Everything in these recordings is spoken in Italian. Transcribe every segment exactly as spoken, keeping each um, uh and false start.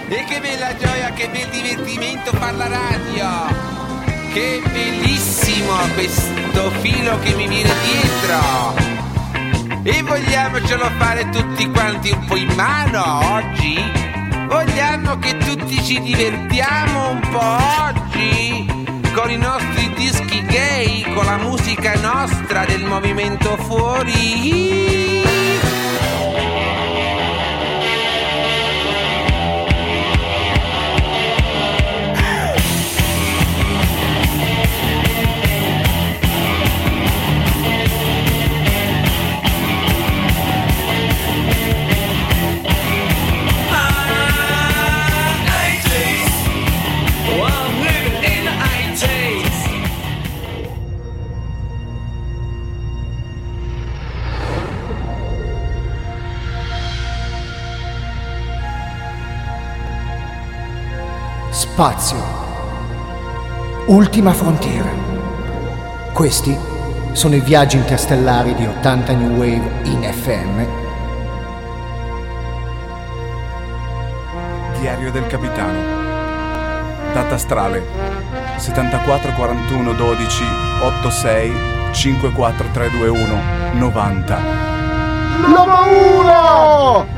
E che bella gioia, che bel divertimento far la radio. Che bellissimo questo filo che mi viene dietro. E vogliamocelo fare tutti quanti un po' in mano oggi? Vogliamo che tutti ci divertiamo un po' oggi? Con i nostri dischi gay, con la musica nostra del movimento fuori. Spazio. Ultima frontiera. Questi sono i viaggi interstellari di ottanta New Wave in F M. Diario del capitano. Data astrale settantaquattro quarantuno dodici ottantasei cinquantaquattro trecentoventuno novanta. Lobo uno!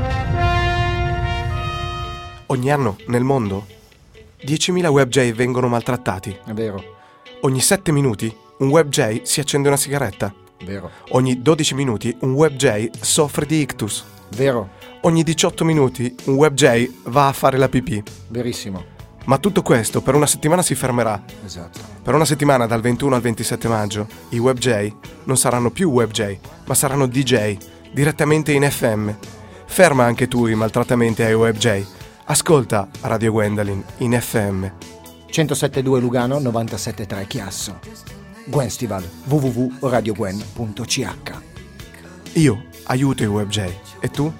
Ogni anno nel mondo diecimila web J vengono maltrattati. È vero. Ogni sette minuti un web J si accende una sigaretta. Vero. Ogni dodici minuti un web J soffre di ictus. Vero. Ogni diciotto minuti un web J va a fare la pipì. Verissimo. Ma tutto questo per una settimana si fermerà. Esatto. Per una settimana dal ventuno al ventisette maggio i web J non saranno più web J, ma saranno D J direttamente in F M. Ferma anche tu i maltrattamenti ai web J. Ascolta Radio Gwendolyn in F M. centosette virgola due Lugano, novantasette virgola tre Chiasso. Gwenstival, w w w punto radio gwen punto c h. Io aiuto i web J. E tu?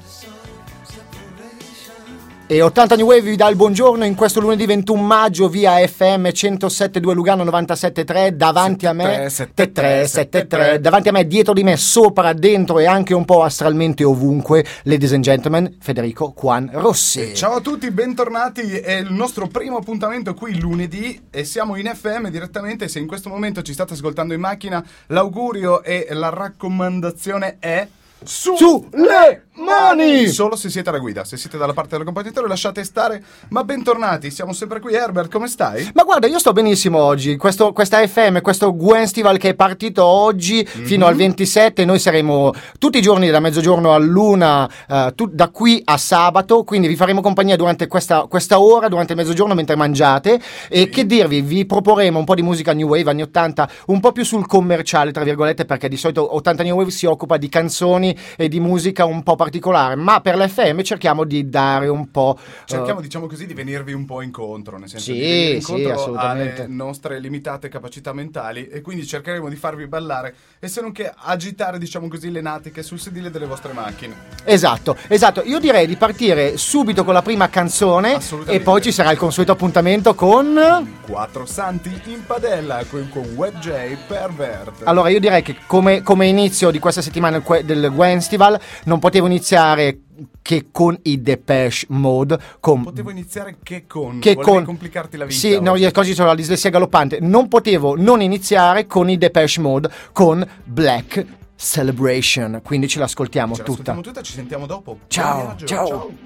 E ottanta New Wave vi dà il buongiorno in questo lunedì ventuno maggio via F M centosette virgola due Lugano, novantasette virgola tre. Davanti a me sette tre sette tre, davanti a me, dietro di me, sopra, dentro e anche un po' astralmente ovunque, ladies and gentlemen, Federico Juan Rossi. Ciao a tutti, bentornati. È il nostro primo appuntamento qui lunedì e siamo in F M direttamente. Se in questo momento ci state ascoltando in macchina, l'augurio e la raccomandazione è Su, su le mani! Solo se siete alla guida. Se siete dalla parte dell'accompagnatore lasciate stare. Ma bentornati, siamo sempre qui. Herbert, come stai? Ma guarda, io sto benissimo oggi. Questo, questa F M, questo Gwenstival che è partito oggi mm-hmm. fino al ventisette. Noi saremo tutti i giorni da mezzogiorno all'una, uh, tu, da qui a sabato. Quindi vi faremo compagnia durante questa, questa ora, durante il mezzogiorno mentre mangiate. E sì. Che dirvi, vi proporremo un po' di musica New Wave anni ottanta, un po' più sul commerciale, tra virgolette, perché di solito ottanta New Wave si occupa di canzoni e di musica un po' particolare, ma per l'F M cerchiamo di dare un po' cerchiamo uh, diciamo così di venirvi un po' incontro, nel senso sì, di venire sì, incontro assolutamente. alle nostre limitate capacità mentali, e quindi cercheremo di farvi ballare e se non che agitare, diciamo così, le natiche sul sedile delle vostre macchine. Esatto, esatto. Io direi di partire subito con la prima canzone e poi ci sarà il consueto appuntamento con Quattro Santi in padella con, con Web J Pervert. Allora io direi che come, come inizio di questa settimana del Gwenstival non potevo iniziare che con i Depeche Mode. Con... Potevo iniziare che con... Che Volevi con... complicarti la vita. Sì, oggi. no, io così sono la dislessia galoppante. Non potevo non iniziare con i Depeche Mode con Black Celebration. Quindi ce l'ascoltiamo ce tutta. l'ascoltiamo tutta, ci sentiamo dopo. Ciao, ciao. ciao.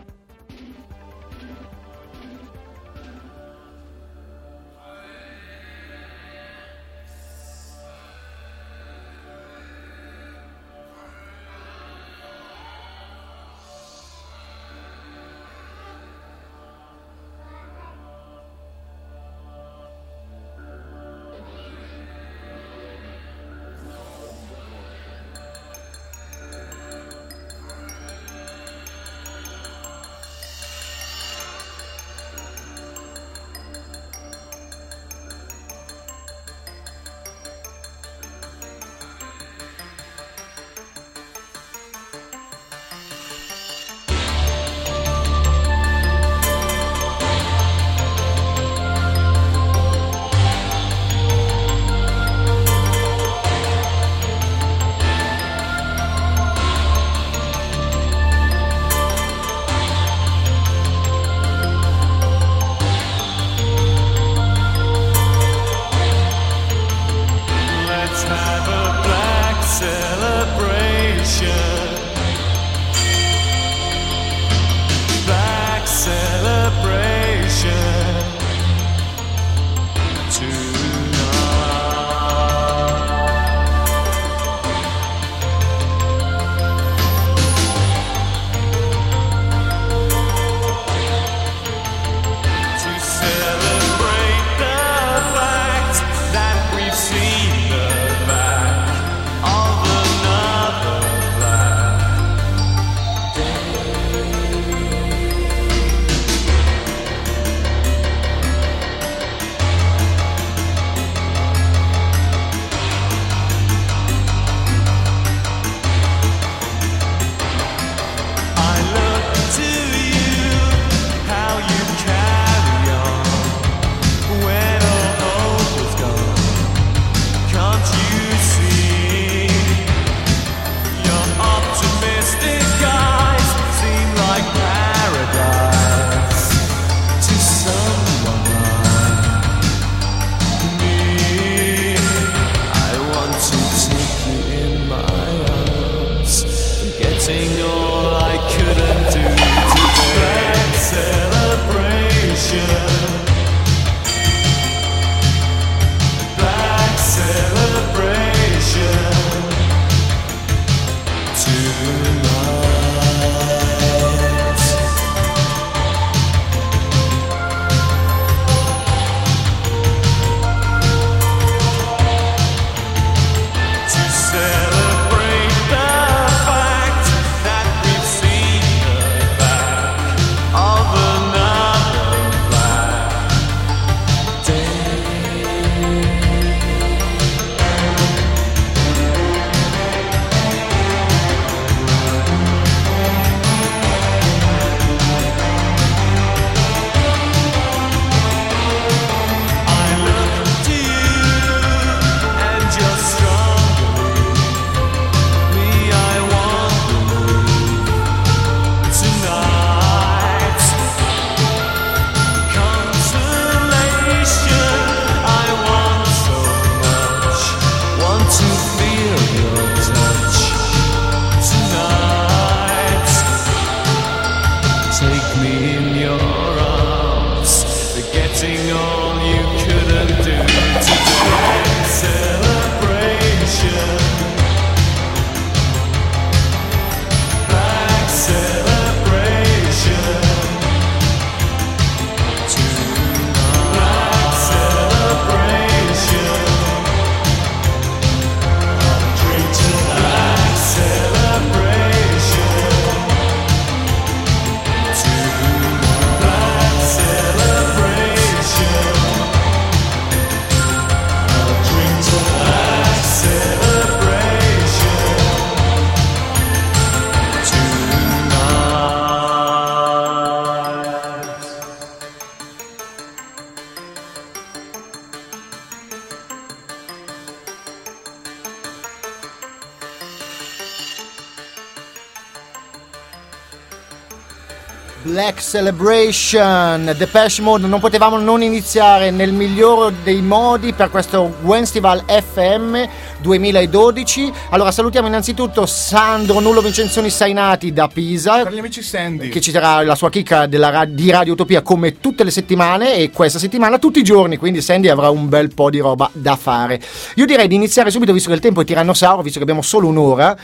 Black Celebration, Depeche Mode. Non potevamo non iniziare nel migliore dei modi per questo Festival F M duemiladodici. Allora salutiamo innanzitutto Sandro Nullo Vincenzoni Sainati da Pisa, per gli amici Sandy, che ci darà la sua chicca della, di Radio Utopia come tutte le settimane, e questa settimana tutti i giorni, quindi Sandy avrà un bel po' di roba da fare. Io direi di iniziare subito, visto che il tempo è tirannosauro, visto che abbiamo solo un'ora.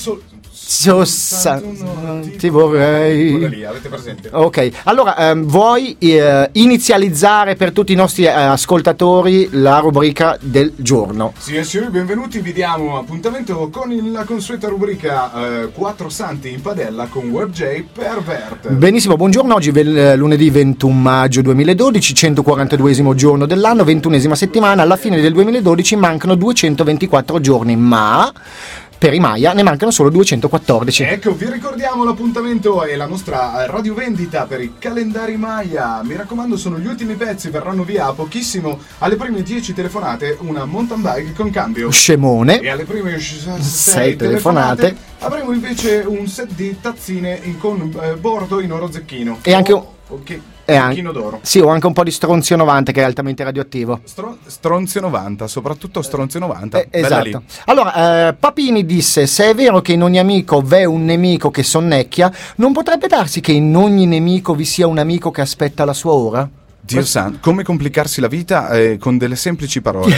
Sossa, ti vorrei. Quella lì, avete presente? Ok, allora ehm, vuoi eh, inizializzare per tutti i nostri eh, ascoltatori la rubrica del giorno? Sì, e signori, benvenuti. Vi diamo appuntamento con il- la consueta rubrica eh, Quattro Santi in padella con WebJ Pervert. Benissimo, buongiorno. Oggi vel- lunedì ventuno maggio duemiladodici, centoquarantaduesimo giorno dell'anno, ventunesima settimana. Alla fine del duemiladodici mancano duecentoventiquattro giorni, ma per i Maya ne mancano solo duecentoquattordici. Ecco, vi ricordiamo l'appuntamento e la nostra radiovendita per i calendari Maya. Mi raccomando, sono gli ultimi pezzi, verranno via a pochissimo. Alle prime dieci telefonate una mountain bike con cambio. Scemone. E alle prime sei Sei telefonate, telefonate avremo invece un set di tazzine in- con eh, bordo in oro zecchino. E anche un- O- ok, E anche, zecchino d'oro. sì, o anche un po' di stronzio novanta che è altamente radioattivo. Stro- stronzio novanta, soprattutto stronzio novanta. Eh, Bella esatto. lì. Allora, eh, Papini disse: se è vero che in ogni amico v'è un nemico che sonnecchia, non potrebbe darsi che in ogni nemico vi sia un amico che aspetta la sua ora? Dio santo, come complicarsi la vita eh, con delle semplici parole.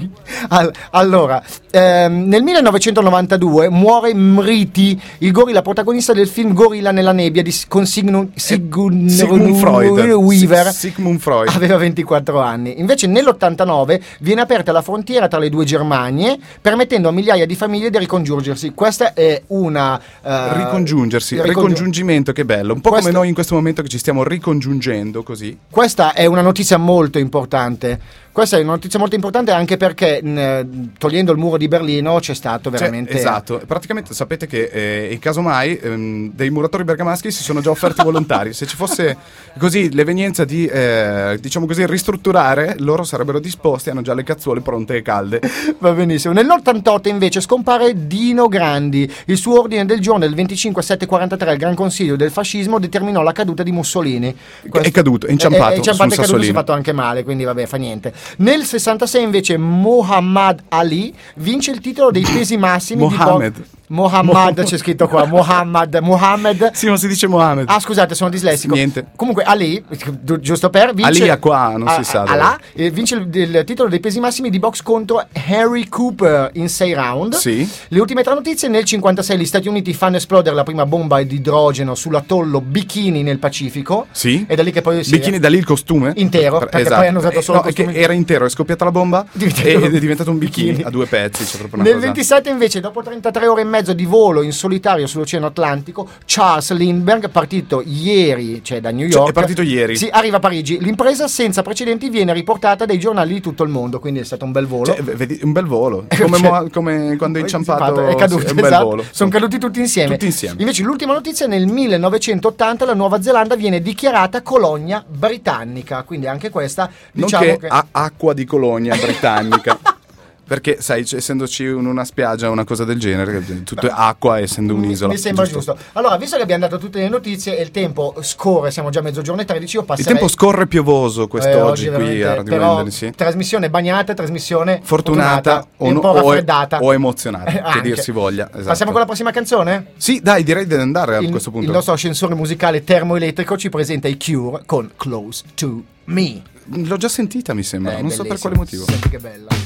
All- allora, ehm, nel millenovecentonovantadue muore Mriti, il gorilla protagonista del film Gorilla nella nebbia di, con Sigmund, Sigmund, Sigmund Freud. Weaver. Sig- Sigmund Freud. Aveva ventiquattro anni. Invece nell'ottantanove viene aperta la frontiera tra le due Germanie, permettendo a migliaia di famiglie di ricongiungersi. Questa è una eh, Ricongiungersi, ricongiu- ricongiungimento, che bello. Un po' Questo- come noi in questo momento che ci stiamo ricongiungendo così. Questa è una notizia molto importante. Questa è una notizia molto importante anche perché mh, togliendo il muro di Berlino c'è stato veramente. Cioè, esatto, praticamente sapete che eh, in caso mai ehm, dei muratori bergamaschi si sono già offerti volontari. Se ci fosse così l'evenienza di eh, diciamo così ristrutturare, loro sarebbero disposti, hanno già le cazzuole pronte e calde. Va benissimo. Nell'ottantotto invece scompare Dino Grandi. Il suo ordine del giorno del venticinque sette quarantatré al Gran Consiglio del fascismo determinò la caduta di Mussolini. È caduto, è inciampato È, è inciampato, sul è caduto, si è sassolino. fatto anche male, quindi vabbè, fa niente. Nel sessantasei invece Muhammad Ali vince il titolo dei pesi massimi Mohammed. di bo- Mohammad c'è scritto qua, Mohammed, Mohammed. Sì, ma si dice Mohammed. Ah, scusate, sono dislessico. Niente. Comunque Ali, gi- giusto per vince Ali a qua, non si sa dove. Alà, eh, vince il, il titolo dei pesi massimi di box contro Harry Cooper in sei round. Sì. Le ultime tre notizie: nel cinquantasei gli Stati Uniti fanno esplodere la prima bomba di idrogeno sull'atollo Bikini nel Pacifico. Sì. E da lì che poi si Bikini, da lì il costume intero, Per- perché poi hanno usato solo Eh, no, il costume. che era intero, è scoppiata la bomba Diventato- e- ed è diventato un bikini, bikini. a due pezzi. C'è proprio una Nel cosa. ventisette invece, dopo trentatré ore e mezzo di volo in solitario sull'Oceano Atlantico, Charles Lindbergh, partito ieri, cioè da New Cioè, York, è partito ieri. Sì, arriva a Parigi. L'impresa senza precedenti viene riportata dai giornali di tutto il mondo, quindi è stato un bel volo. Cioè, v- vedi, un bel volo. Come, Cioè, mo- come quando è inciampato, è caduto, sì, è un bel esatto. volo. Sono caduti tutti insieme. Tutti insieme. Invece l'ultima notizia: nel millenovecentottanta la Nuova Zelanda viene dichiarata colonia britannica, quindi anche questa diciamo Nonché che a- acqua di colonia britannica. Perché, sai, c- essendoci in una spiaggia o una cosa del genere, tutto è acqua, essendo Mi- un'isola. Mi sembra giusto. Allora, visto che abbiamo dato tutte le notizie e il tempo scorre, siamo già a mezzogiorno e tredici, io Il passerei... tempo scorre piovoso quest'oggi Eh, qui veramente, a Radio però, Vendere, sì. trasmissione bagnata, trasmissione Fortunata e o, un no- po' o, raffreddata. o emozionata, Eh, che anche. dir si voglia. Esatto. Passiamo con la prossima canzone? Sì, dai, direi di andare a Il, questo punto. il nostro ascensore musicale termoelettrico ci presenta i Cure con Close to Me. L'ho già sentita, mi sembra, Eh, non so per bellissimo. quale motivo. Senti che bella.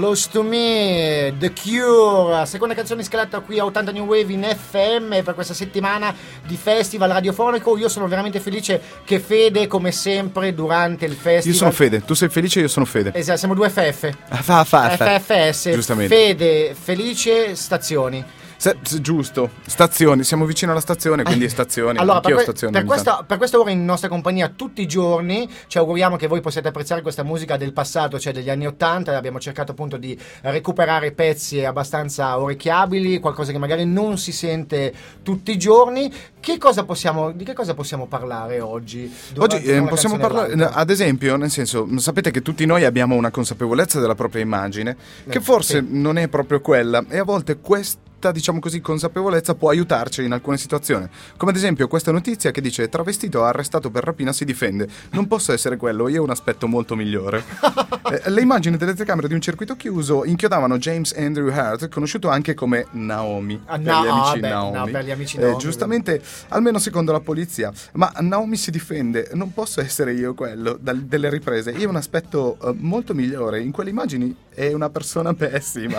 Close to Me, The Cure, seconda canzone scalata qui a ottanta New Wave in F M per questa settimana di festival radiofonico. Io sono veramente felice che Fede, come sempre durante il festival... Io sono Fede, tu sei felice, io sono Fede. Esatto, siamo due F F. Fa, fa, fa. F F S, Giustamente. Fede, felice, stazioni. Se, se, giusto, stazioni, siamo vicino alla stazione, quindi stazioni. Allora, per, Anch'io que- stazione per, ogni questa, tanto. per questa ora in nostra compagnia tutti i giorni, ci auguriamo che voi possiate apprezzare questa musica del passato, cioè degli anni ottanta. Abbiamo cercato appunto di recuperare pezzi abbastanza orecchiabili, qualcosa che magari non si sente tutti i giorni. Che cosa possiamo, di che cosa possiamo parlare oggi? Oggi eh, possiamo parlare, ad esempio, nel senso, sapete che tutti noi abbiamo una consapevolezza della propria immagine, che Eh, forse sì. non è proprio quella, e a volte questa, diciamo così, consapevolezza può aiutarci in alcune situazioni. Come ad esempio questa notizia che dice: travestito arrestato per rapina si difende. Non posso essere quello, io ho un aspetto molto migliore. eh, le immagini delle telecamere di un circuito chiuso inchiodavano James Andrew Hart, conosciuto anche come Naomi, Ah, per no, gli amici vabbè, Naomi. no, per gli amici Eh, Naomi. giustamente, almeno secondo la polizia. Ma Naomi si difende, non posso essere io quello dal- delle riprese. Io ho un aspetto eh, molto migliore. In quelle immagini è una persona pessima.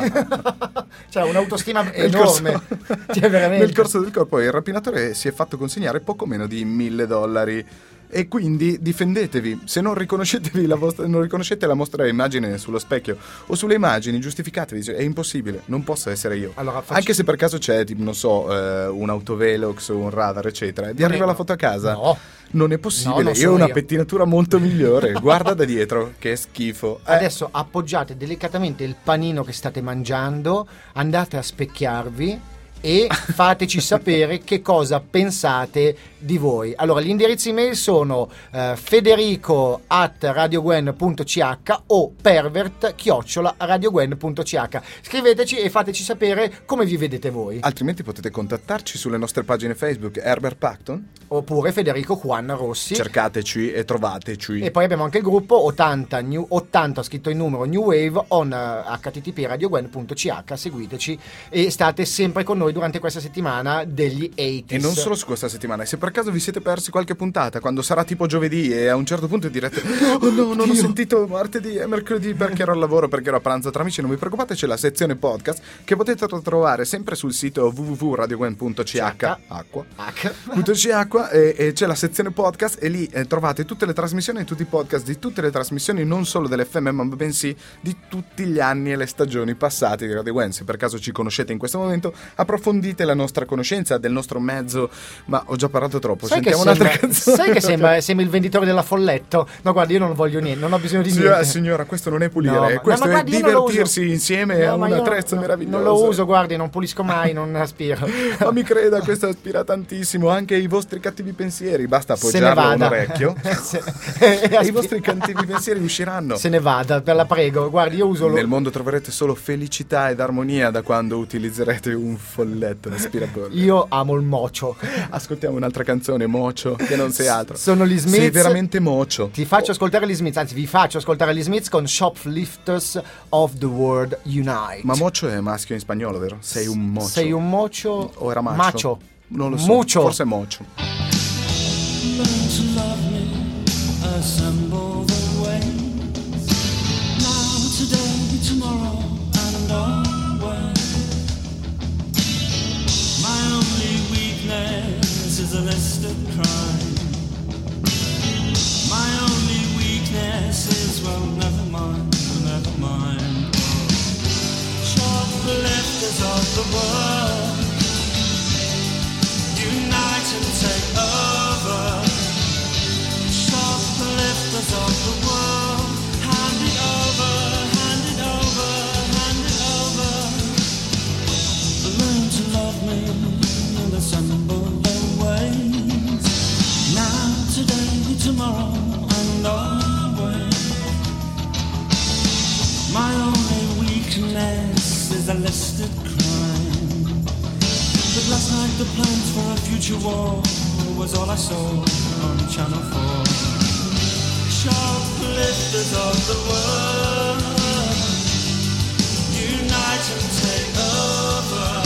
Cioè un'autostima Nel enorme. corso- Cioè, veramente. Nel corso del corpo il rapinatore si è fatto consegnare poco meno di mille dollari. E quindi difendetevi. Se non riconoscetevi la vostra, non riconoscete la vostra immagine sullo specchio o sulle immagini, giustificatevi. Cioè, è impossibile, non posso essere io. Allora, facci- Anche se per caso c'è, tipo, non so, eh, un autovelox o un radar, eccetera. Vi Non arriva è- la foto a casa? No. Non è possibile. No, non io sono ho una io. pettinatura molto migliore. Guarda da dietro, che schifo. Eh, Adesso appoggiate delicatamente il panino che state mangiando, andate a specchiarvi e fateci sapere che cosa pensate di voi. Allora, gli indirizzi email sono eh, federico at radiogwen punto c h o pervert chiocciola radiogwen punto c h. Scriveteci e fateci sapere come vi vedete voi. Altrimenti potete contattarci sulle nostre pagine Facebook Herbert Pacton. Oppure Federico Juan Rossi. Cercateci e trovateci. E poi abbiamo anche il gruppo ottanta, new, ottanta scritto in numero New Wave on uh, h t t p radiogwen punto c h. Seguiteci e state sempre con noi durante questa settimana degli ottanta. E non solo su questa settimana. E se per caso vi siete persi qualche puntata, quando sarà tipo giovedì e a un certo punto direte: oh no, non ho sentito martedì e mercoledì perché ero al lavoro, perché ero a pranzo tra amici, non vi preoccupate, c'è la sezione podcast che potete trovare sempre sul sito w w w punto radiogwen punto c h acqua H. punto c h e, e c'è la sezione podcast e lì eh, trovate tutte le trasmissioni e tutti i podcast di tutte le trasmissioni, non solo dell'F M, ma bensì di tutti gli anni e le stagioni passate di Radio Gwen. Se per caso ci conoscete in questo momento, approfondite la nostra conoscenza del nostro mezzo. Ma ho già parlato troppo, Sai che, sentiamo un'altra sembra, canzone. sai che sembra, sembra il venditore della Folletto? No, guarda, io non voglio niente, non ho bisogno di Signora, niente. signora, questo non è pulire, No, ma- questo no, ma è guardi, io non lo divertirsi uso. insieme No, a ma un io attrezzo no, meraviglioso. Non lo uso, guardi, non pulisco mai, non aspiro. Ma mi creda, questo aspira tantissimo anche i vostri cattivi pensieri. Basta Se ne appoggiarlo a un vada. orecchio Se- e i vostri cattivi pensieri usciranno. Se ne vada, per la prego. Guardi, io uso lo... Nel mondo troverete solo felicità ed armonia da quando utilizzerete un folletto aspirapolvere. Io amo il mocio. Ascoltiamo un'altra canzone, Mocio, che non sei altro. Sono gli Smiths. Sei veramente Mocio. Ti faccio ascoltare gli Smiths, anzi vi faccio ascoltare gli Smiths con Shoplifters of the World Unite. Ma Mocio è maschio in spagnolo, vero? Sei un Mocio. Sei un mocio O era macio? Macio. Non lo so. Mucho. Forse è Mocio. Learn to love me, assemble the waves. Now, today, tomorrow, and always. My only weakness is a list of crime. My only weakness is, well, never mind, never mind. Shoplifters of the world, unite and take over. Shoplifters of the world, hand it over, hand it over, hand it over. Learn to love me and assemble the ways. Now, today, tomorrow, and always. My only weakness is a listed crime. But last night the plans for a future war was all I saw on Channel four. Shoplifters of the world, unite and take over.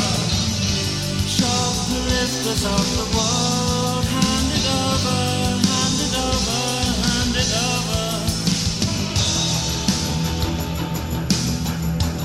Shoplifters of the world, hand it over, hand it over, hand it over.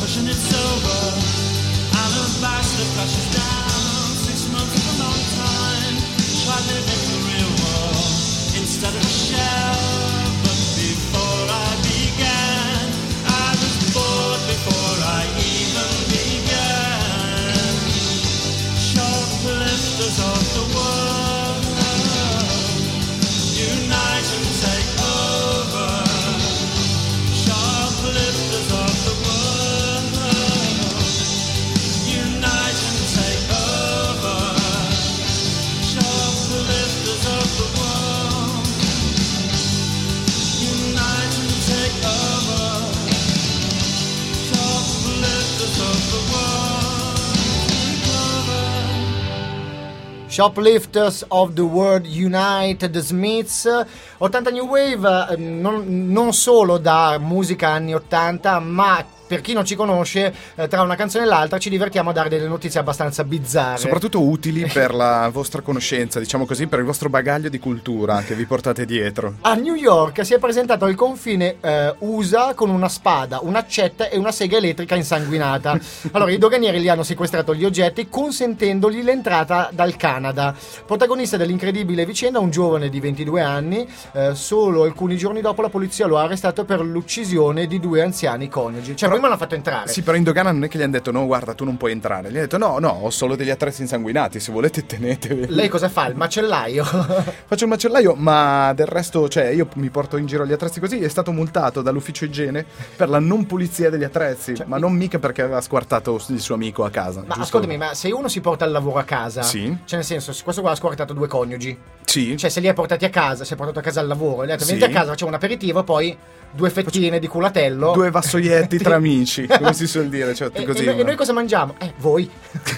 pushing it's over. Alabaster flashes down. Six months is a long time. Try living the real world instead of a shell. But before I began, I was bored before I even began. Shoplifters of the world, unite and take over. Shoplifters of the world, unite and take over. Shoplifters of the world, unite and take over. Shoplifters of the world, over. Shoplifters of the World Unite, The Smiths. ottanta New Wave, eh, non, non solo da musica anni ottanta, ma per chi non ci conosce, eh, tra una canzone e l'altra ci divertiamo a dare delle notizie abbastanza bizzarre. Soprattutto utili per la vostra conoscenza, diciamo così, per il vostro bagaglio di cultura che vi portate dietro. A New York si è presentato al confine eh, U S A con una spada, un'accetta e una sega elettrica insanguinata. Allora, i doganieri gli hanno sequestrato gli oggetti consentendogli l'entrata dal Canada. Protagonista dell'incredibile vicenda, un giovane di ventidue anni. Eh, solo alcuni giorni dopo la polizia lo ha arrestato per l'uccisione di due anziani coniugi. Cioè, prima l'hanno fatto entrare. Sì, però in dogana non è che gli hanno detto no, guarda, tu non puoi entrare. Gli hanno detto no, no, ho solo degli attrezzi insanguinati, se volete tenetevi. Lei cosa fa? Il macellaio? Faccio il macellaio, ma del resto, cioè, io mi porto in giro gli attrezzi così. È stato multato dall'ufficio igiene per la non pulizia degli attrezzi, Cioè, ma non mica perché aveva squartato il suo amico a casa. Ma giusto? ascoltami, ma se uno si porta al lavoro a casa, Sì. cioè nel senso, questo qua ha squartato due coniugi, Sì. cioè se li ha portati a casa, si è portato a casa al lavoro, gli ha detto Sì. venite a casa, facciamo un aperitivo, poi due fettine di culatello. Due vassoietti tra amici, come si suol dire, cioè, E, così. e noi, e noi cosa mangiamo? Eh, voi.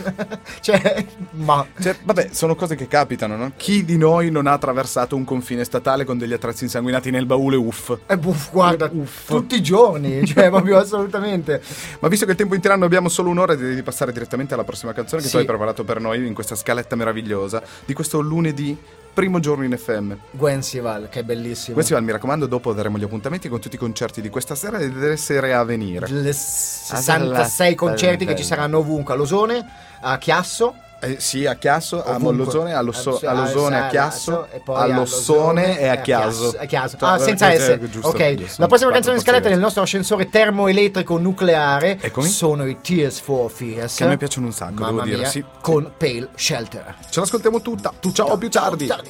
Cioè, ma... Cioè, vabbè, sono cose che capitano, no? Chi di noi non ha attraversato un confine statale con degli attrezzi insanguinati nel baule, uff. Eh, buff, guarda, tutti i giorni, cioè proprio assolutamente. Ma visto che il tempo in tiranno abbiamo solo un'ora, direi di passare direttamente alla prossima canzone che Sì. tu hai preparato per noi in questa scaletta meravigliosa di questo lunedì, primo giorno in F M. Gwensival, che è bellissimo. Questo mi raccomando, dopo daremo gli appuntamenti con tutti i concerti di questa sera e delle sere a venire. Le sessantasei concerti che ci saranno ovunque, a Losone, a Chiasso. Eh, sì, a Chiasso, a Ovunque. Mollosone, a, Losso- a Losone, a Chiasso, e poi a Lossone e a Chiasso. A Chiasso. Cioè, Ah, senza eh, S. eh, giusto, Ok, giusto. la prossima Quattro canzone in scaletta porzioni. nel nostro ascensore termoelettrico nucleare Eccomi. sono i Tears for Fears. Che a me piacciono un sacco, Mamma devo dire, mia, sì. con Pale Shelter. Ce l'ascoltiamo tutta. Tu ciao, più tardi. tardi.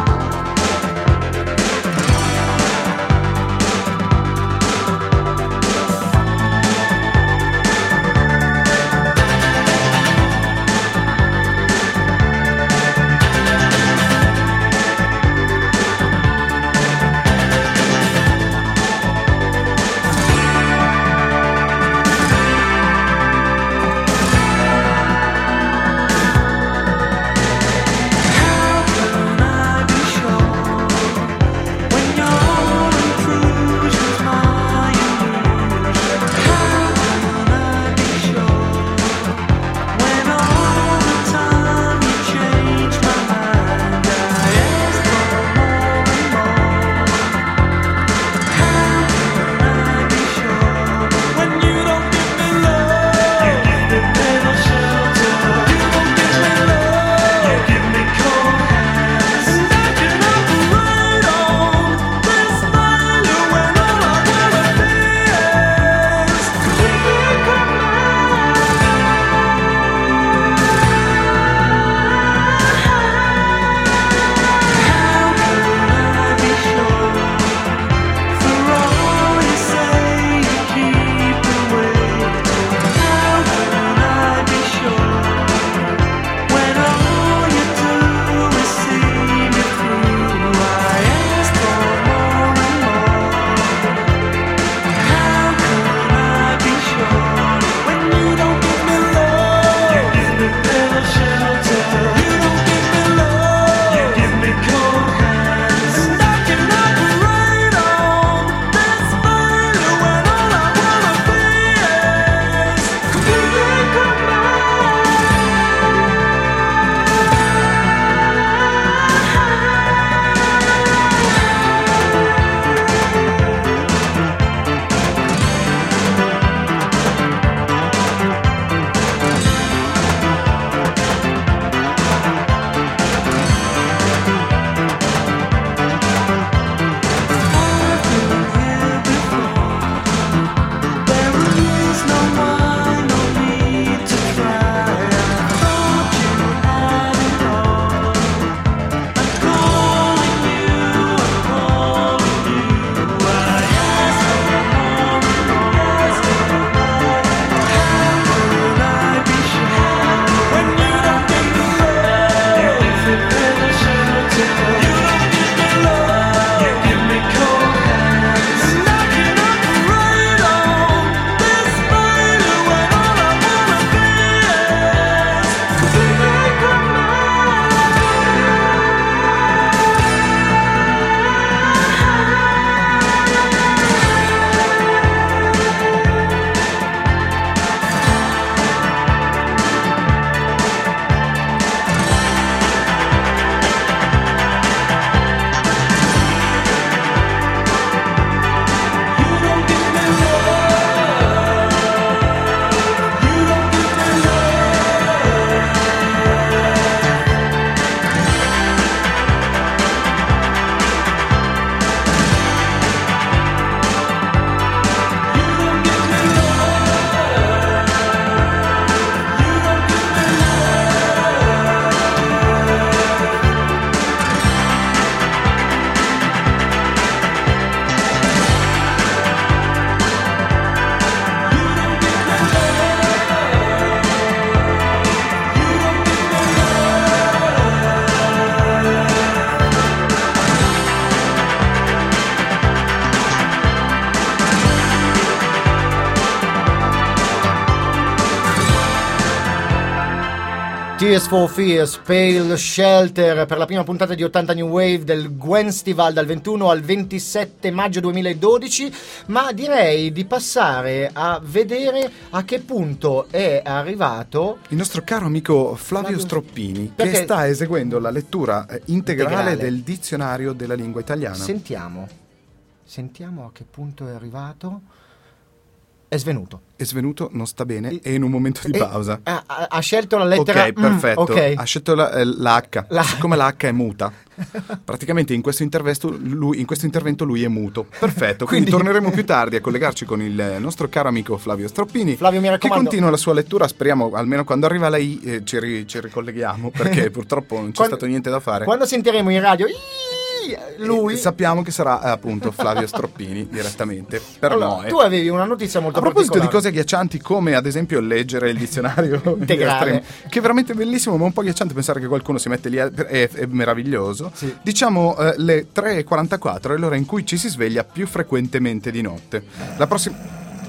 Shoplifters Tears for Fears, Pale Shelter, per la prima puntata di ottanta New Wave del Gwenstival dal ventuno al ventisette maggio duemiladodici, ma direi di passare a vedere a che punto è arrivato il nostro caro amico Flavio, Flavio Stroppini, Perché- che sta eseguendo la lettura eh, integrale, Integrale. del dizionario della lingua italiana. Sentiamo, sentiamo a che punto è arrivato. È svenuto. È svenuto, non sta bene, I- è in un momento di E- pausa. ha, ha- ha scelto la lettera Ok, perfetto. Mm, ok. Ha scelto la, eh, la H. La- Siccome la H è muta, praticamente in questo intervento lui, in questo intervento lui è muto. Perfetto. Quindi, Quindi- torneremo più tardi a collegarci con il nostro caro amico Flavio Stroppini. Flavio, mi che raccomando. continua la sua lettura. Speriamo almeno quando arriva la I eh, ci, ri- ci ricolleghiamo, perché purtroppo non c'è Quando- stato niente da fare. Quando sentiremo in radio "Iii", lui E sappiamo che sarà eh, appunto Flavio Stroppini direttamente per Allora, noi. tu avevi una notizia molto A proposito di particolare. cose agghiaccianti, come ad esempio leggere il dizionario Integrale. che è veramente bellissimo, ma un po' agghiacciante pensare che qualcuno si mette lì, a- è, è meraviglioso. Sì. Diciamo eh, le tre e quarantaquattro è l'ora in cui ci si sveglia più frequentemente di notte. La prossima.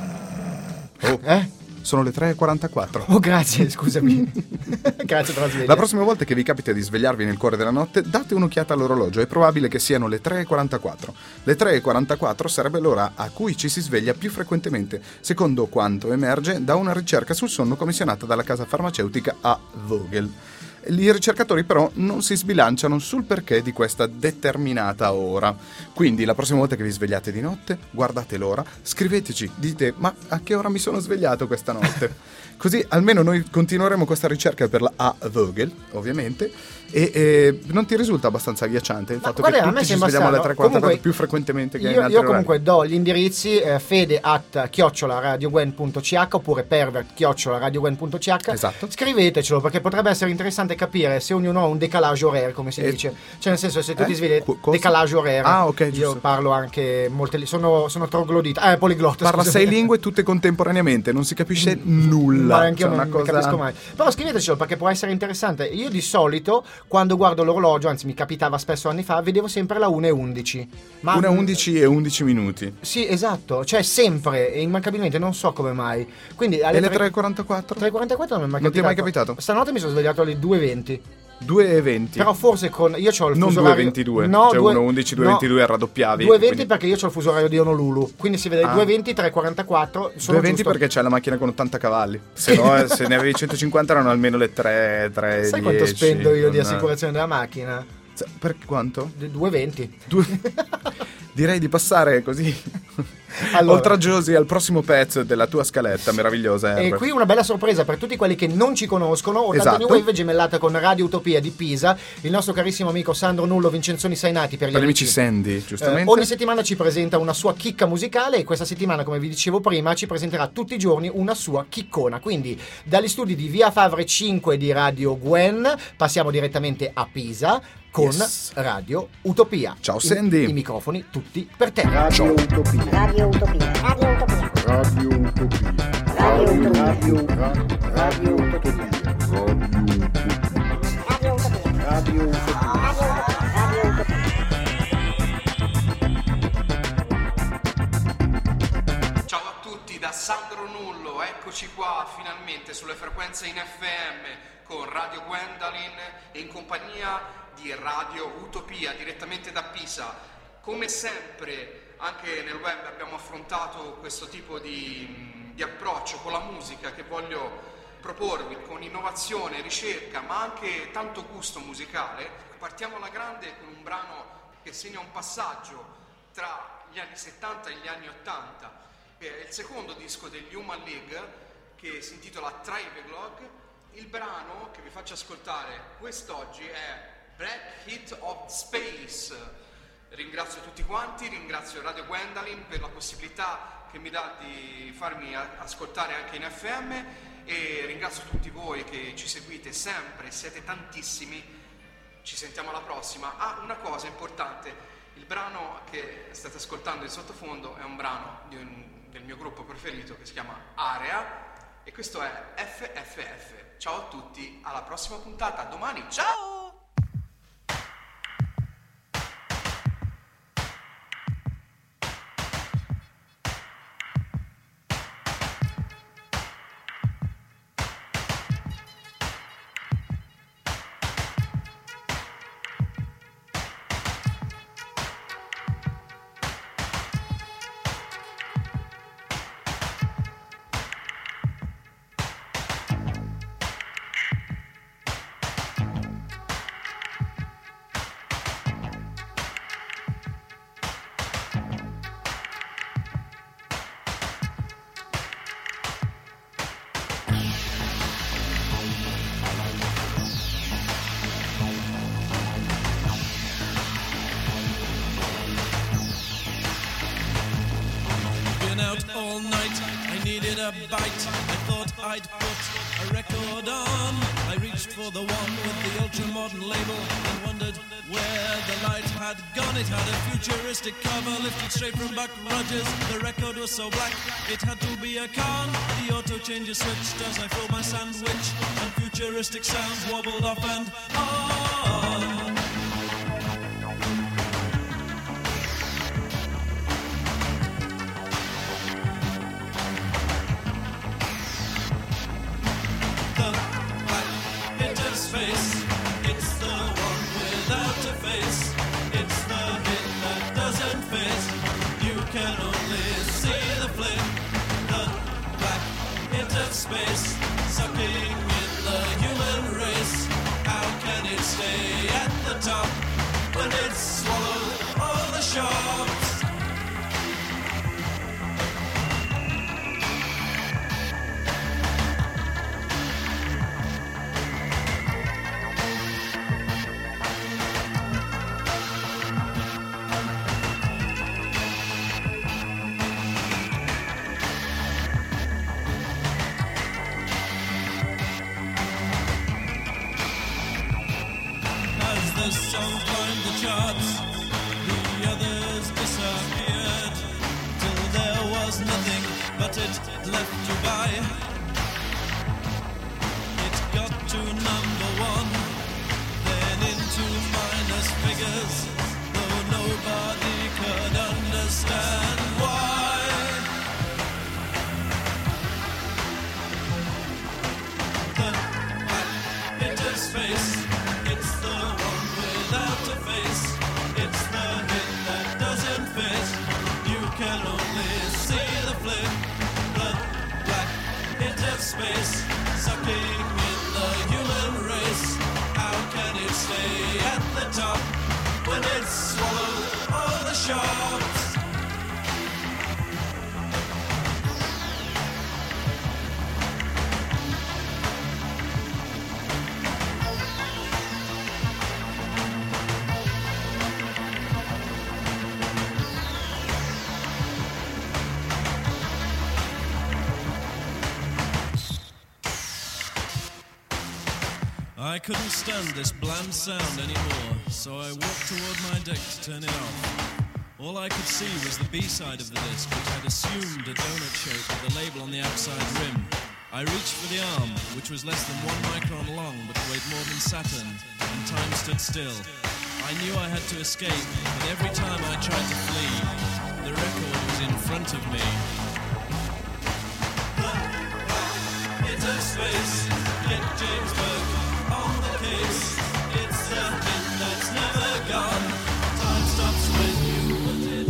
Oh, Eh? sono le tre e quarantaquattro. Oh, grazie, scusami. Grazie per la sveglia. La prossima volta che vi capita di svegliarvi nel cuore della notte, date un'occhiata all'orologio. È probabile che siano le tre e quarantaquattro. Le tre e quarantaquattro sarebbe l'ora a cui ci si sveglia più frequentemente, secondo quanto emerge da una ricerca sul sonno commissionata dalla casa farmaceutica A. Vogel. I ricercatori però non si sbilanciano sul perché di questa determinata ora. Quindi la prossima volta che vi svegliate di notte, guardate l'ora, scriveteci, dite ma a che ora mi sono svegliato questa notte? Così almeno noi continueremo questa ricerca per la A. Vogel, ovviamente, e, e non ti risulta abbastanza agghiacciante il Ma fatto guarda, che a me tutti ci sembra svegliamo alle strano. tre e quarantaquattro Comunque, più frequentemente che in Io, altri io orari? comunque do gli indirizzi eh, fede at chiocciola radiogwen punto c h oppure pervert chiocciola radiogwen punto c h. Esatto. Scrivetecelo perché potrebbe essere interessante capire se ognuno ha un decalage horaire, come si Eh, dice. Cioè nel senso, se tu eh? ti svegli Qu- cosa? decalage horaire. Ah, ok, Io giusto. parlo anche molte li- sono, sono troglodita. Eh, poliglotta. Parla scusami. sei lingue tutte contemporaneamente, non si capisce nulla. Ma anche io Cioè, non una cosa- capisco mai. Però scrivetecelo perché può essere interessante. Io di solito, quando guardo l'orologio, anzi mi capitava spesso anni fa, vedevo sempre la una e undici. Ma una undici e undici minuti. Sì, esatto, cioè sempre e immancabilmente, non so come mai. Quindi alle E le tre- tre e quarantaquattro? tre e quarantaquattro non mi è mai Non ti è capitato. mai capitato? Stanotte mi sono svegliato alle due e venti. due e venti. Però forse con io c'ho il Non fuso due e orario. ventidue, No, cioè due- uno undici, due e no, ventidue raddoppiavi. due e venti quindi- perché io c'ho il fuso orario di Honolulu. Quindi si vede Ah. due e venti, tre e quarantaquattro. due Sono e venti giusto. perché c'è la macchina con ottanta cavalli. Se no, eh, se ne avevi centocinquanta erano almeno le tre, tre Sai quanto dieci, spendo io di non- assicurazione della macchina? Per quanto? due e venti. Due... Direi di passare così Allora. oltraggiosi al prossimo pezzo della tua scaletta meravigliosa. E R. qui una bella sorpresa per tutti quelli che non ci conoscono. ottanta Esatto. New Wave è gemellata con Radio Utopia di Pisa. Il nostro carissimo amico Sandro Nullo Vincenzoni Sainati, per gli Per gli amici amici Sandy, Eh, giustamente. ogni settimana ci presenta una sua chicca musicale e questa settimana, come vi dicevo prima, ci presenterà tutti i giorni una sua chiccona. Quindi dagli studi di Via Favre cinque di Radio Gwen passiamo direttamente a Pisa con Yes. Radio Utopia. Ciao, I- Sandy. I, microfoni tutti per te. Radio Utopia. Radio Utopia. Radio Utopia. Radio Utopia. Radio Utopia. Radio Radio Utopia. Radio Utopia. Radio Utopia. Radio Utopia. Ciao a tutti da Sandro Nullo, eccoci qua finalmente sulle frequenze in F M con Radio Gwendolyn e in compagnia di Radio Utopia direttamente da Pisa. Come sempre anche nel web abbiamo affrontato questo tipo di, di approccio con la musica che voglio proporvi con innovazione, ricerca ma anche tanto gusto musicale. Partiamo alla grande con un brano che segna un passaggio tra gli anni settanta e gli anni ottanta. È il secondo disco degli Human League che si intitola Triveglog. Il brano che vi faccio ascoltare quest'oggi è Black Hit of Space. Ringrazio tutti quanti, ringrazio Radio Gwendolyn per la possibilità che mi dà di farmi a- ascoltare anche in F M e ringrazio tutti voi che ci seguite sempre, siete tantissimi. Ci sentiamo alla prossima. Ah, una cosa importante, il brano che state ascoltando in sottofondo è un brano di un- del mio gruppo preferito che si chiama Area e questo è F F F. Ciao a tutti, alla prossima puntata, a domani, ciao! all night. I needed a bite. I thought I'd put a record on. I reached for the one with the ultra-modern label and wondered where the light had gone. It had a futuristic cover lifted straight from Buck Rogers. The record was so black, it had to be a con. The auto changer switched as I filled my sandwich, and futuristic sounds wobbled off and on. The black interface, it's the one without a face. It's the hit that doesn't fit. You can only see the flip. The black interspace, sucking in the human race. How can it stay at the top when it's swallowed all the shops? As the song climbed the charts, the others disappeared, till there was nothing but it left to buy. It got to number one, then into minus figures, though nobody could understand why. The black interspace, it's the one without a face. It's the hit that doesn't fit. You can only see the flip. The black interspace, sucking in the human race. How can it stay at the top when it's swallowed all the shops? I couldn't stand this bland sound anymore, so I walked toward my deck to turn it off. All I could see was the B-side of the disc, which had assumed a donut shape with a label on the outside rim. I reached for the arm, which was less than one micron long but weighed more than Saturn, and time stood still. I knew I had to escape, but every time I tried to flee, the record was in front of me. Interspace, get James Burke on the case. It's the hit that's never gone. Time stops when you put it.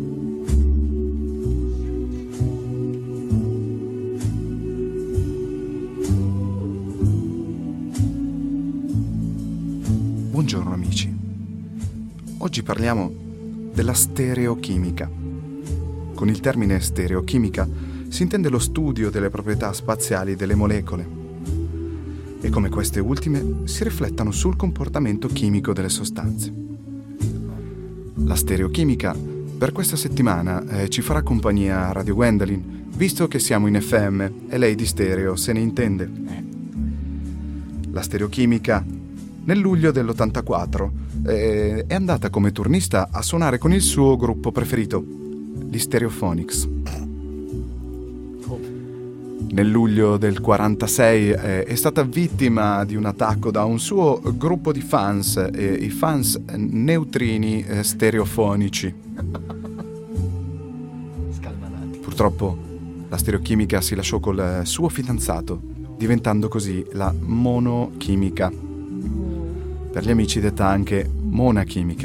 Buongiorno amici. Oggi parliamo della stereochimica. Con il termine stereochimica si intende lo studio delle proprietà spaziali delle molecole e come queste ultime si riflettano sul comportamento chimico delle sostanze. La stereochimica per questa settimana eh, ci farà compagnia a Radio Gwendolyn, visto che siamo in F M e lei di stereo se ne intende. La stereochimica nel luglio dell'ottantaquattro eh, è andata come turnista a suonare con il suo gruppo preferito, gli Stereophonics. Nel luglio del quarantasei eh, è stata vittima di un attacco da un suo gruppo di fans, eh, i fans neutrini eh, stereofonici. Purtroppo la stereochimica si lasciò col suo fidanzato, diventando così la monochimica. Per gli amici detta anche monachimica.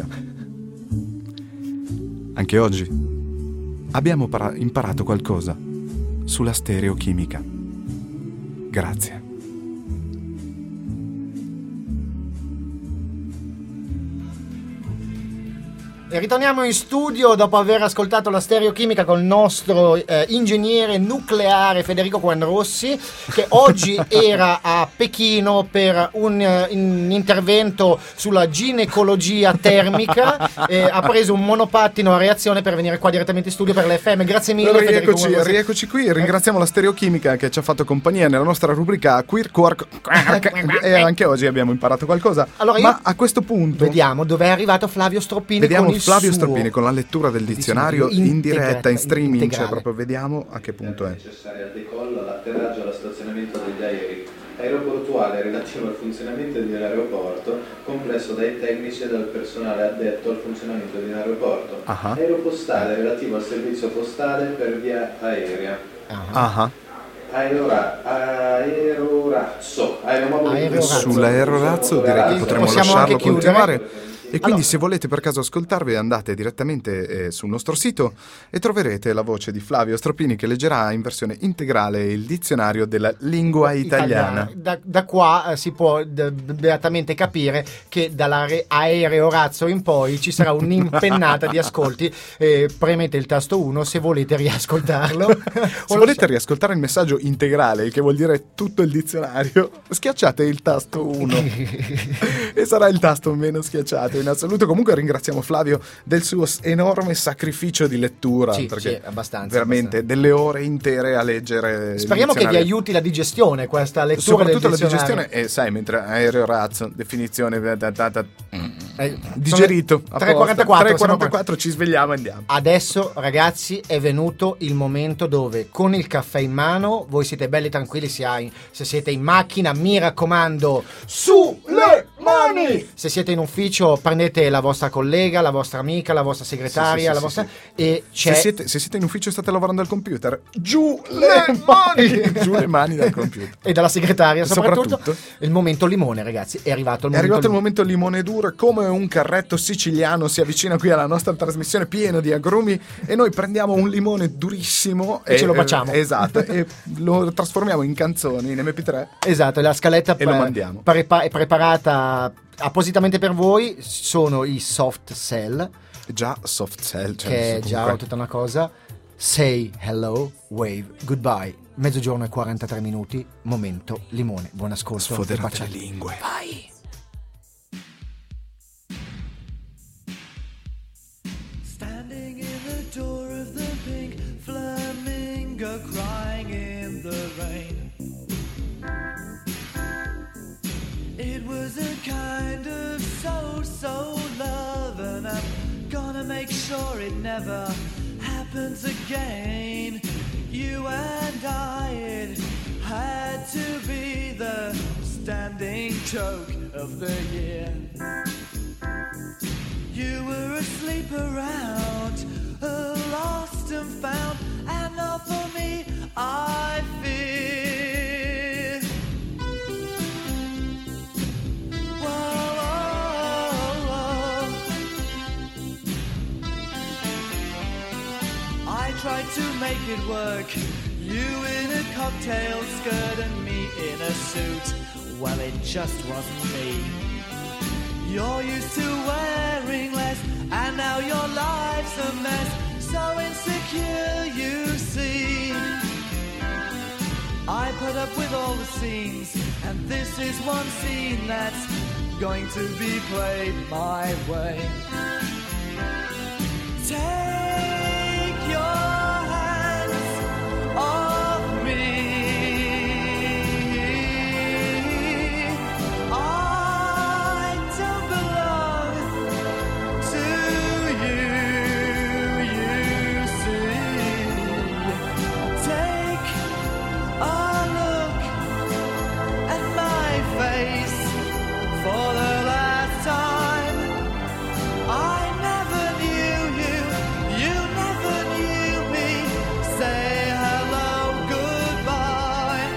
Anche oggi abbiamo para- imparato qualcosa sulla stereochimica. Grazie. E ritorniamo in studio dopo aver ascoltato la stereochimica col nostro eh, ingegnere nucleare Federico Quanrossi, che oggi era a Pechino per un, uh, un intervento sulla ginecologia termica e ha preso un monopattino a reazione per venire qua direttamente in studio per l'F M. Grazie mille Federico Rieccoci, Quanrossi. rieccoci qui, ringraziamo la stereochimica che ci ha fatto compagnia nella nostra rubrica Queer Quark e anche oggi abbiamo imparato qualcosa. Allora, ma io- a questo punto Vediamo dove è arrivato Flavio Stroppini. vediamo con il Flavio suo Stroppini con la lettura del dizionario dizionario in diretta, integrata, in streaming, integrale. cioè proprio vediamo a che punto è. necessarie al decollo, all'atterraggio e allo stazionamento degli aerei. Aeroportuale relativo al funzionamento di un aeroporto, complesso dai tecnici e dal personale addetto al funzionamento di un aeroporto. Ah. Aeropostale relativo al servizio postale per via aerea. Ah, Aerora, aerorazzo. Aeromobile Aerorazzo. sull'aerorazzo direi che potremmo Possiamo lasciarlo anche chiudere. continuare. E quindi Allora- se volete per caso ascoltarvi andate direttamente eh, sul nostro sito e troverete la voce di Flavio Stroppini che leggerà in versione integrale il dizionario della lingua italiana. Da, da qua eh, si può d- beatamente capire che dall'aereorazzo in poi ci sarà un'impennata di ascolti. Eh, premete il tasto uno se volete riascoltarlo. O Se lo volete so- riascoltare il messaggio integrale, il che vuol dire tutto il dizionario, schiacciate il tasto uno e sarà il tasto meno schiacciato in assoluto. Comunque ringraziamo Flavio del suo s- enorme sacrificio di lettura, Sì, perché sì, abbastanza, veramente abbastanza. delle ore intere a leggere il Speriamo che vi dizionario. aiuti la digestione questa lettura Soprattutto del la dizionario. digestione, e sai, mentre aerorazzo, definizione da- da- da- da- Eh, digerito. sono tre e quarantaquattro, tre e siamo quarantaquattro ci svegliamo e andiamo. Adesso ragazzi è venuto il momento dove con il caffè in mano voi siete belli tranquilli sia in- se siete in macchina, mi raccomando, sulle mani! Se siete in ufficio prendete la vostra collega, la vostra amica, la vostra segretaria, Sì, sì, la sì, vostra sì, e c'è Se siete, se siete in ufficio e state lavorando al computer, giù le mani! Giù le mani dal computer. e dalla segretaria soprattutto, Soprattutto. il momento limone ragazzi, è arrivato il È momento arrivato il limone. momento limone duro, come un carretto siciliano si avvicina qui alla nostra trasmissione pieno di agrumi e noi prendiamo un limone durissimo E ce lo baciamo. eh, esatto, e lo trasformiamo in canzoni, in M P tre. Esatto, la scaletta E lo pre- mandiamo. prepa- è preparata appositamente per voi, sono i soft cell Già soft cell, cioè, che è già comunque- tutta una cosa. Say hello, wave, goodbye. Mezzogiorno e quarantatré minuti, momento limone. Buon ascolto. Sfoderate e baciate. le lingue. Vai. Standing in the door of the pink flamingo, crying in the rain. It was a kind of so-so love, and I'm gonna make sure it never happens again. You and I, it had to be the standing joke of the year. You were asleep around, uh, lost and found, and not for me, I fear. Whoa, whoa, whoa. I tried to make it work, you in a cocktail skirt and me in a suit. Well, it just wasn't me. You're used to wearing less, and now your life's a mess. So insecure, you see. I put up with all the scenes, and this is one scene that's going to be played my way. Take your hands off me. I don't belong to you, you see. Take a look at my face for the last time. I never knew you, you never knew me. Say hello, goodbye.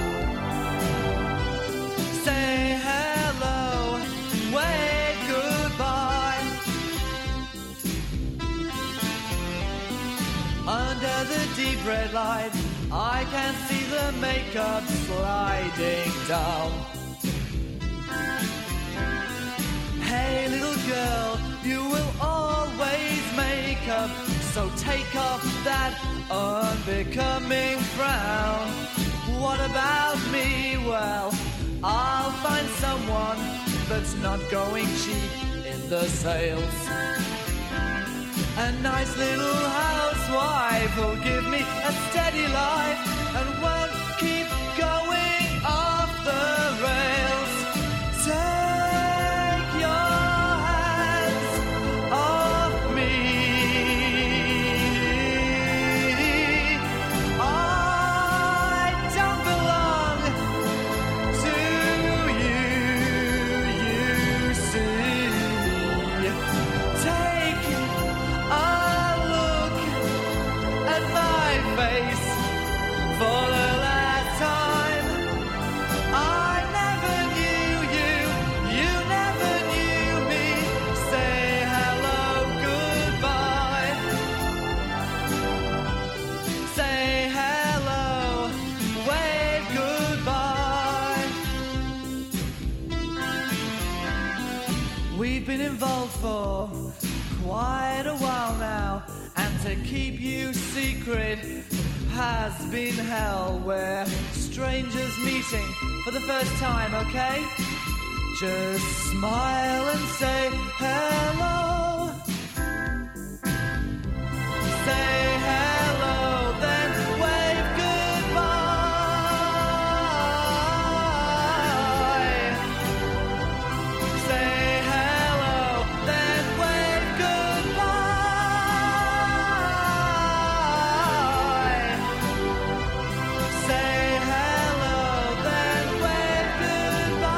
Say hello, wave goodbye. Under the deep red light, I can see the makeup sliding down. Hey little girl, you will always So take off that unbecoming frown. What about me? Well, I'll find someone that's not going cheap in the sales. A nice little housewife who'll give me a steady life and won't keep going off the rails. Take your hands off me. I don't belong to you, you see. Take a look at my face for the last time. I never knew you, you never knew me. Say hello, goodbye. Say hello, wave goodbye. We've been involved for quite a while now, and to keep you secret has been hell. We're strangers meeting for the first time, okay? Just smile and say hello. Say hello, then wave goodbye. Say hello, then wave goodbye. Say hello, then wave goodbye.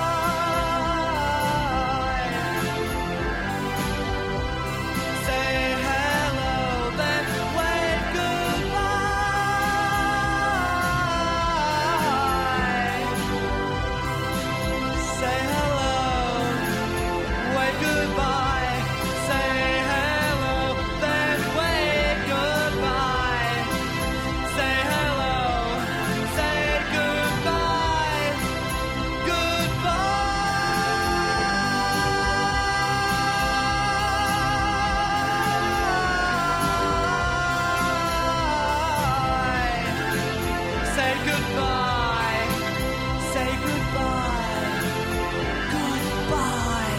Say hello, then wave goodbye. Say hello, wave goodbye. Say hello, then wave goodbye. Say hello, say goodbye, goodbye. Say goodbye, say goodbye, goodbye.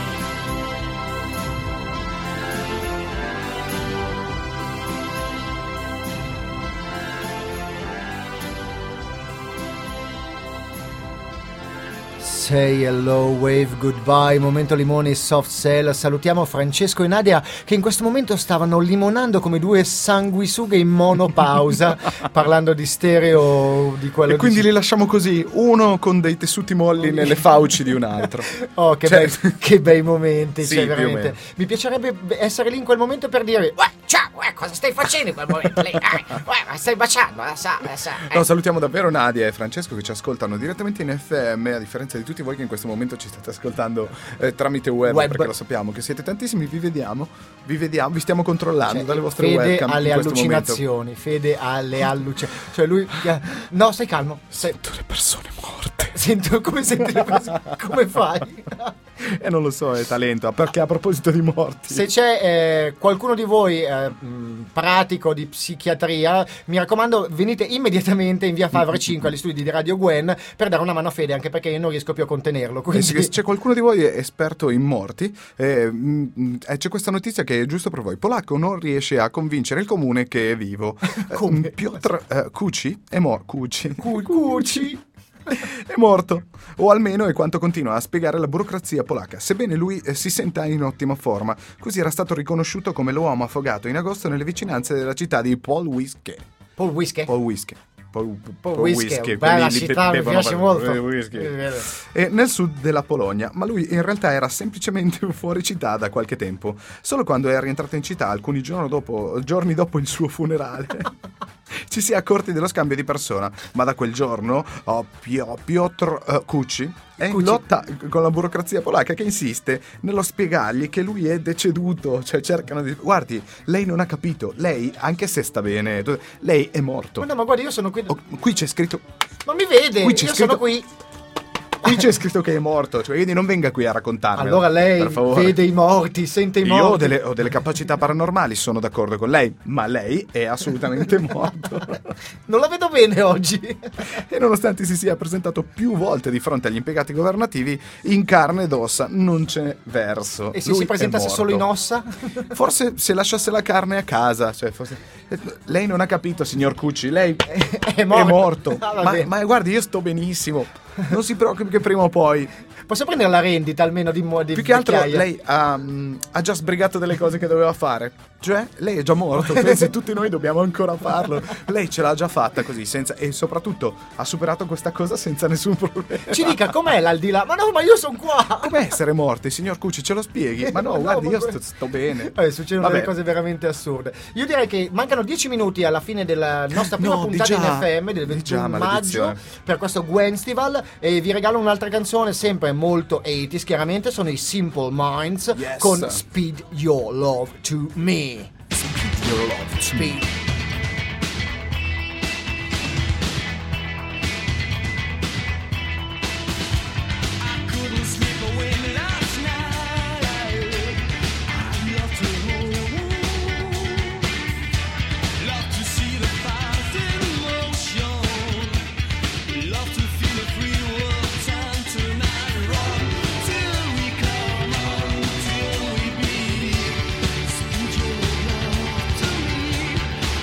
Say hello, wave goodbye, momento limoni, soft cell. Salutiamo Francesco e Nadia che in questo momento stavano limonando come due sanguisughe in monopausa parlando di stereo di quello E quindi di... li lasciamo così, uno con dei tessuti molli nelle fauci di un altro. Oh, che, Cioè- bei, che bei momenti, Sì, cioè, più o veramente. meno. Mi piacerebbe essere lì in quel momento per dire Uè, ciao, uè, cosa stai facendo in quel momento lì? Eh, uè, ma stai baciando, la sa, la sa. eh. No, salutiamo davvero Nadia e Francesco che ci ascoltano direttamente in F M, a differenza di tutti voi che in questo momento ci state ascoltando eh, tramite web, Web. perché lo sappiamo che siete tantissimi, vi vediamo, vi vediamo, vi stiamo controllando Cioè, dalle vostre Fede webcam alle in questo momento. allucinazioni, Fede alle allucinazioni. Cioè lui eh, no, stai calmo. Stai... Sento le persone morte. Sento come senti le persone. Come fai? E non lo so, è talento, perché a proposito di morti. Se c'è eh, qualcuno di voi eh, mh, pratico di psichiatria, mi raccomando, venite immediatamente in via Favre cinque agli studi di Radio Gwen per dare una mano a Fede, anche perché io non riesco più a contenerlo. Eh Quindi... sì, se c'è qualcuno di voi è esperto in morti, eh, mh, eh, c'è questa notizia che è giusto per voi. Polacco non riesce a convincere il comune che è vivo. Come? Eh, Piotr eh, Kuci è morto. Kuci. Cu- Cuci. È morto, o almeno è quanto continua a spiegare la burocrazia polacca, sebbene lui eh, si senta in ottima forma. Così era stato riconosciuto come l'uomo affogato in agosto nelle vicinanze della città di Polwiskie. Paul Whisky. Paul Whisky. Paul, Paul Paul Whisky, Whisky, bella quelli li città, mi bevono piace per- molto. eh, whisky. È vero. E nel sud della Polonia, ma lui in realtà era semplicemente fuori città da qualche tempo. Solo quando è rientrato in città, alcuni giorni dopo, giorni dopo il suo funerale, ci si è accorti dello scambio di persona. Ma da quel giorno oh, Pio- Piotr uh, Kuci è in Kuci. lotta con la burocrazia polacca che insiste nello spiegargli che lui è deceduto. Cioè cercano di... Guardi, lei non ha capito. Lei, anche se sta bene, lei è morto. Ma no, ma guarda, io sono qui. Oh, qui c'è scritto... Ma mi vede? Qui c'è Io scritto- sono qui. Qui c'è scritto che è morto, cioè quindi non venga qui a raccontarmelo. Allora lei per favore. vede i morti, sente i Io morti. ho delle, ho delle capacità paranormali, sono d'accordo con lei, ma lei è assolutamente morto. Non la vedo bene oggi. E nonostante si sia presentato più volte di fronte agli impiegati governativi, in carne ed ossa non c'è verso. E se Lui si è presentasse morto. solo in ossa? Forse se lasciasse la carne a casa, cioè forse... Lei non ha capito, signor Cucci, lei È morto. è morto. Ah, va ma, bene. ma guardi, io sto benissimo. Non si preoccupi che prima o poi... Posso prendere la rendita almeno di, mo- di Più che altro vecchiaia? lei ha, mm, ha già sbrigato delle cose che doveva fare. Cioè, lei è già morto, pensi tutti noi dobbiamo ancora farlo. Lei ce l'ha già fatta così, senza, e soprattutto ha superato questa cosa senza nessun problema. Ci dica com'è l'aldilà? Ma no, ma io sono qua. Com'è essere morti, signor Cucci? Ce lo spieghi? Ma no, No, guardi, ma io que- sto, sto bene. Vabbè, succedono Vabbè. delle cose veramente assurde. Io direi che mancano dieci minuti alla fine della nostra prima No, di puntata già. in F M del Di già, ventuno maledizione. maggio per questo Gwenstival, e vi regalo un'altra canzone sempre molto ottanta, chiaramente sono i Simple Minds Yes. con Speed Your Love to Me. Speed Your Love to Me. Couldn't sleep away last night. I love to hold, love to see the past in motion, love to feel the free world time tonight. Rock till we come on, till we be. Speed your love to me.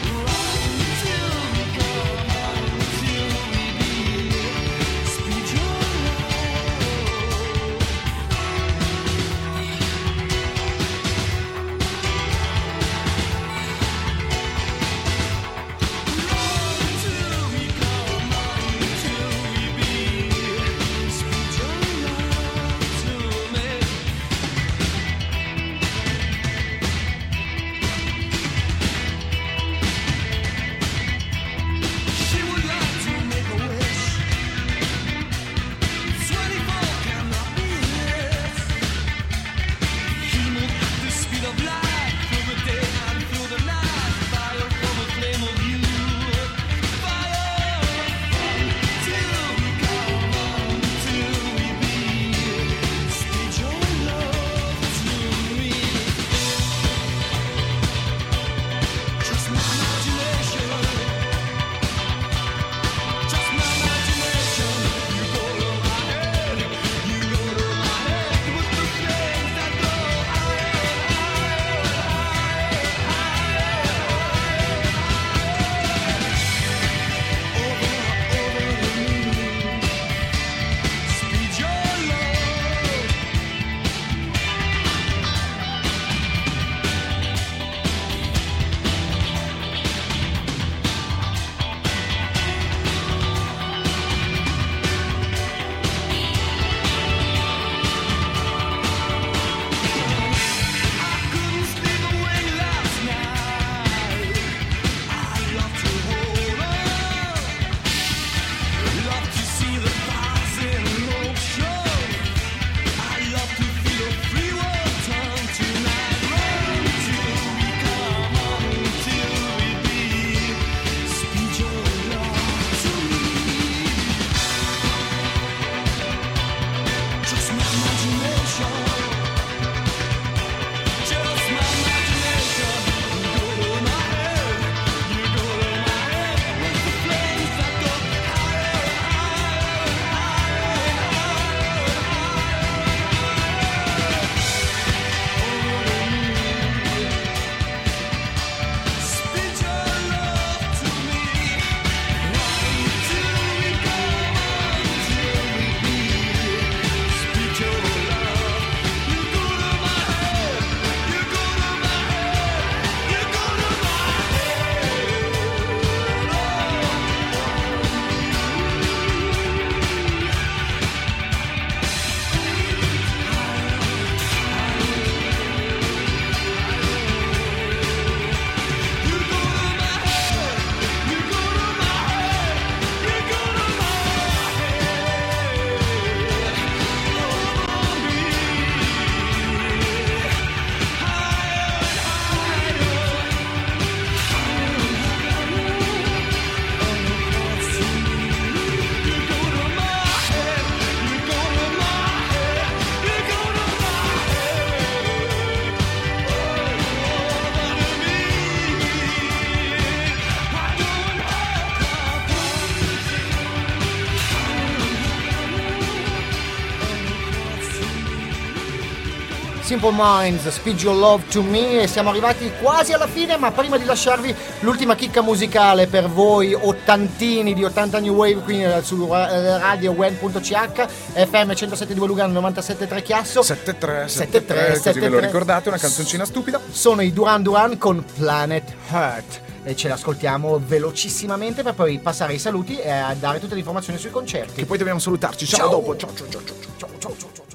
Simple Minds, Speed Your Love to Me, e siamo arrivati quasi alla fine, ma prima di lasciarvi l'ultima chicca musicale per voi ottantini di ottanta New Wave qui su radio wen punto c h, F M centosette virgola due Lugano, novantasette virgola tre Chiasso, sette tre sette tre, così sette ve lo tre. ricordate, una canzoncina stupida. Sono i Duran Duran con Planet Heart e ce l'ascoltiamo velocissimamente per poi passare ai saluti e a dare tutte le informazioni sui concerti. Che poi dobbiamo salutarci. Ciao, Ciao. dopo. Ciao, ciao, ciao, ciao. Ciao, ciao, ciao, ciao.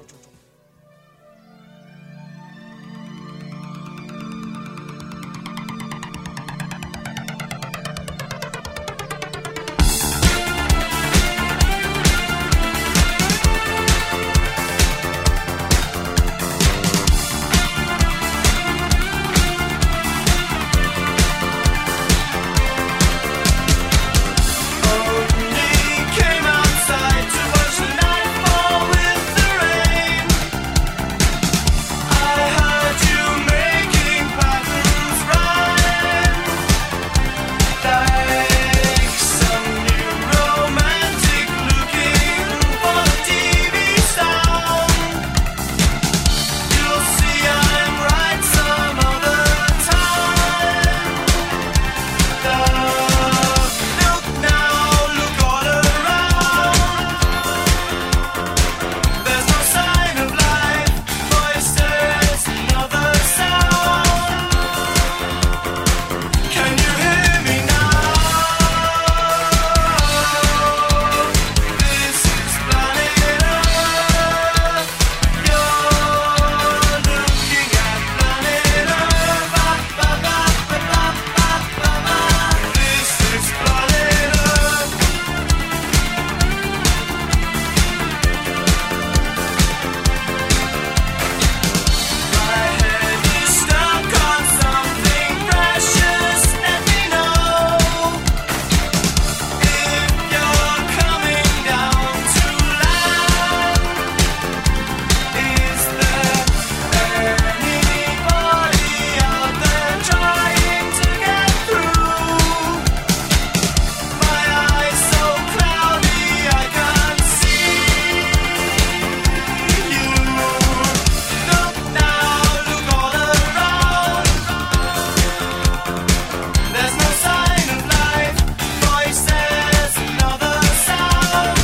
Came outside to watch the night fall with the rain. I heard you making patterns rhyme like some new romantic looking for the T V sound. You'll see I'm right some other time. Look now, look all around. There's no sign of life, voices, another sound. Can you hear me now? This is planet Earth. You're looking at planet Earth. Ba, ba, ba, ba, ba, ba, ba, ba. This is planet Earth. My head is stuck on something precious. Let me know if you're coming down to land. Is there anybody out there trying to get through? My eyes so cloudy I can't see you. Look now, look all around. There's no sign of life, voices, another sound.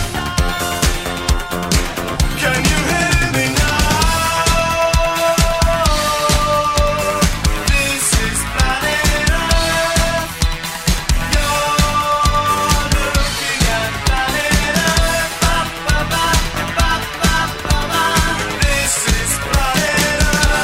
Can you hear me now? This is planet Earth. You're looking at planet Earth. Ba, ba, ba, ba, ba, ba, ba. This is planet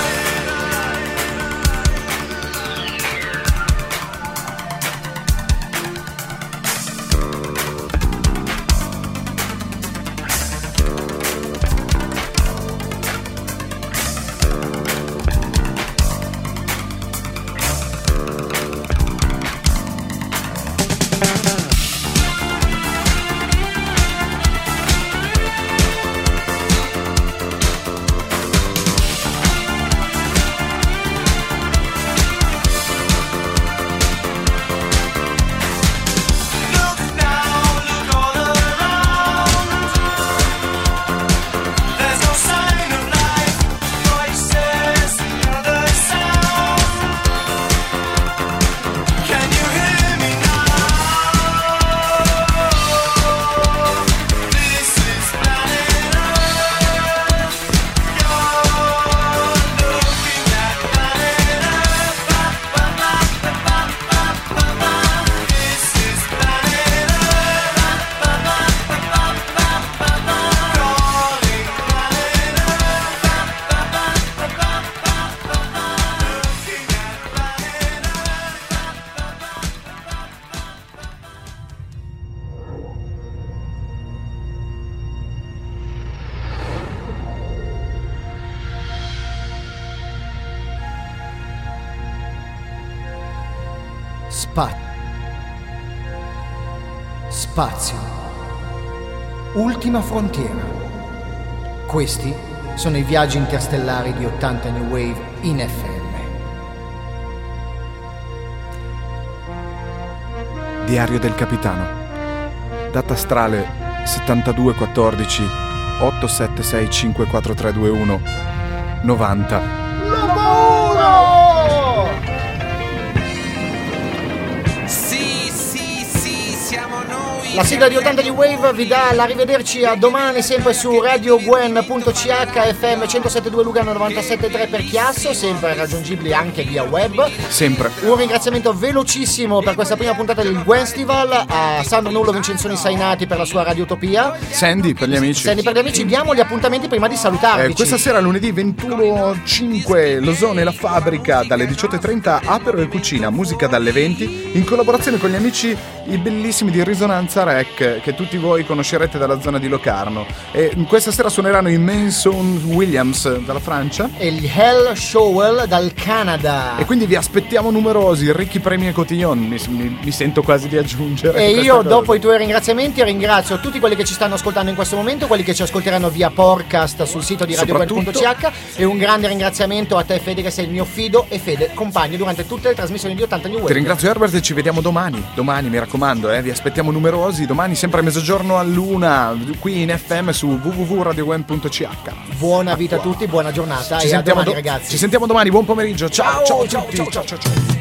Look now, look all around. There's no sign of life, voices, another sound. Can you hear me now? This is planet Earth. You're looking at planet Earth. Ba, ba, ba, ba, ba, ba, ba, ba. This is planet Earth. Ba, ba, ba, ba, ba, ba, ba. Calling planet Earth. Ba, ba, ba, ba, ba, ba, ba, ba. Looking at planet Spa- Spazio. Ultima frontiera. Questi sono i viaggi interstellari di ottanta New Wave in F M. Diario del capitano. Data astrale settantadue quattordici otto sette sei cinque quattro tre due uno. novanta. La paura! Sì, sì, sì, siamo noi. La sigla di ottanta di Wave vi dà l'arrivederci a domani sempre su radio gwen punto c h, F M centosette virgola due Lugano, novantasette virgola tre per Chiasso, sempre raggiungibili anche via web. Sempre. Un ringraziamento velocissimo per questa prima puntata del Gwenstival a Sandro Nullo, Vincenzoni Sainati per la sua Radiotopia, Sandy per gli amici. Sandy per gli amici. Diamo gli appuntamenti prima di salutarvi. Eh, questa sera lunedì ventuno cinque Losone La Fabbrica dalle diciotto e trenta, Apero e Cucina, musica dalle venti, in collaborazione con gli amici i bellissimi di Risonanza Rec, che tutti voi conoscerete dalla zona di Locarno. E questa sera suoneranno i Manson Williams dalla Francia e gli Hell Showell dal Canada. e quindi vi aspettiamo numerosi, ricchi premi e cotillon, mi, mi, mi sento quasi di aggiungere E questa io, cosa. dopo i tuoi ringraziamenti, ringrazio tutti quelli che ci stanno ascoltando in questo momento, quelli che ci ascolteranno via podcast sul sito di radio gwen punto c h, e un grande ringraziamento a te, Fede, che sei il mio fido e fede compagno durante tutte le trasmissioni di ottanta New Wave. Ti ringrazio, Herbert, e ci vediamo domani. Domani, mi raccomando, eh, vi aspettiamo numerosi. Domani sempre a mezzogiorno all'una, qui in F M su w w w punto radio gwen punto c h. Buona vita a tutti, buona giornata Ci e a sentiamo, domani, do- ragazzi. ci sentiamo domani, buon pomeriggio. Ciao, ciao, Ciao, a tutti. ciao, ciao, ciao, ciao.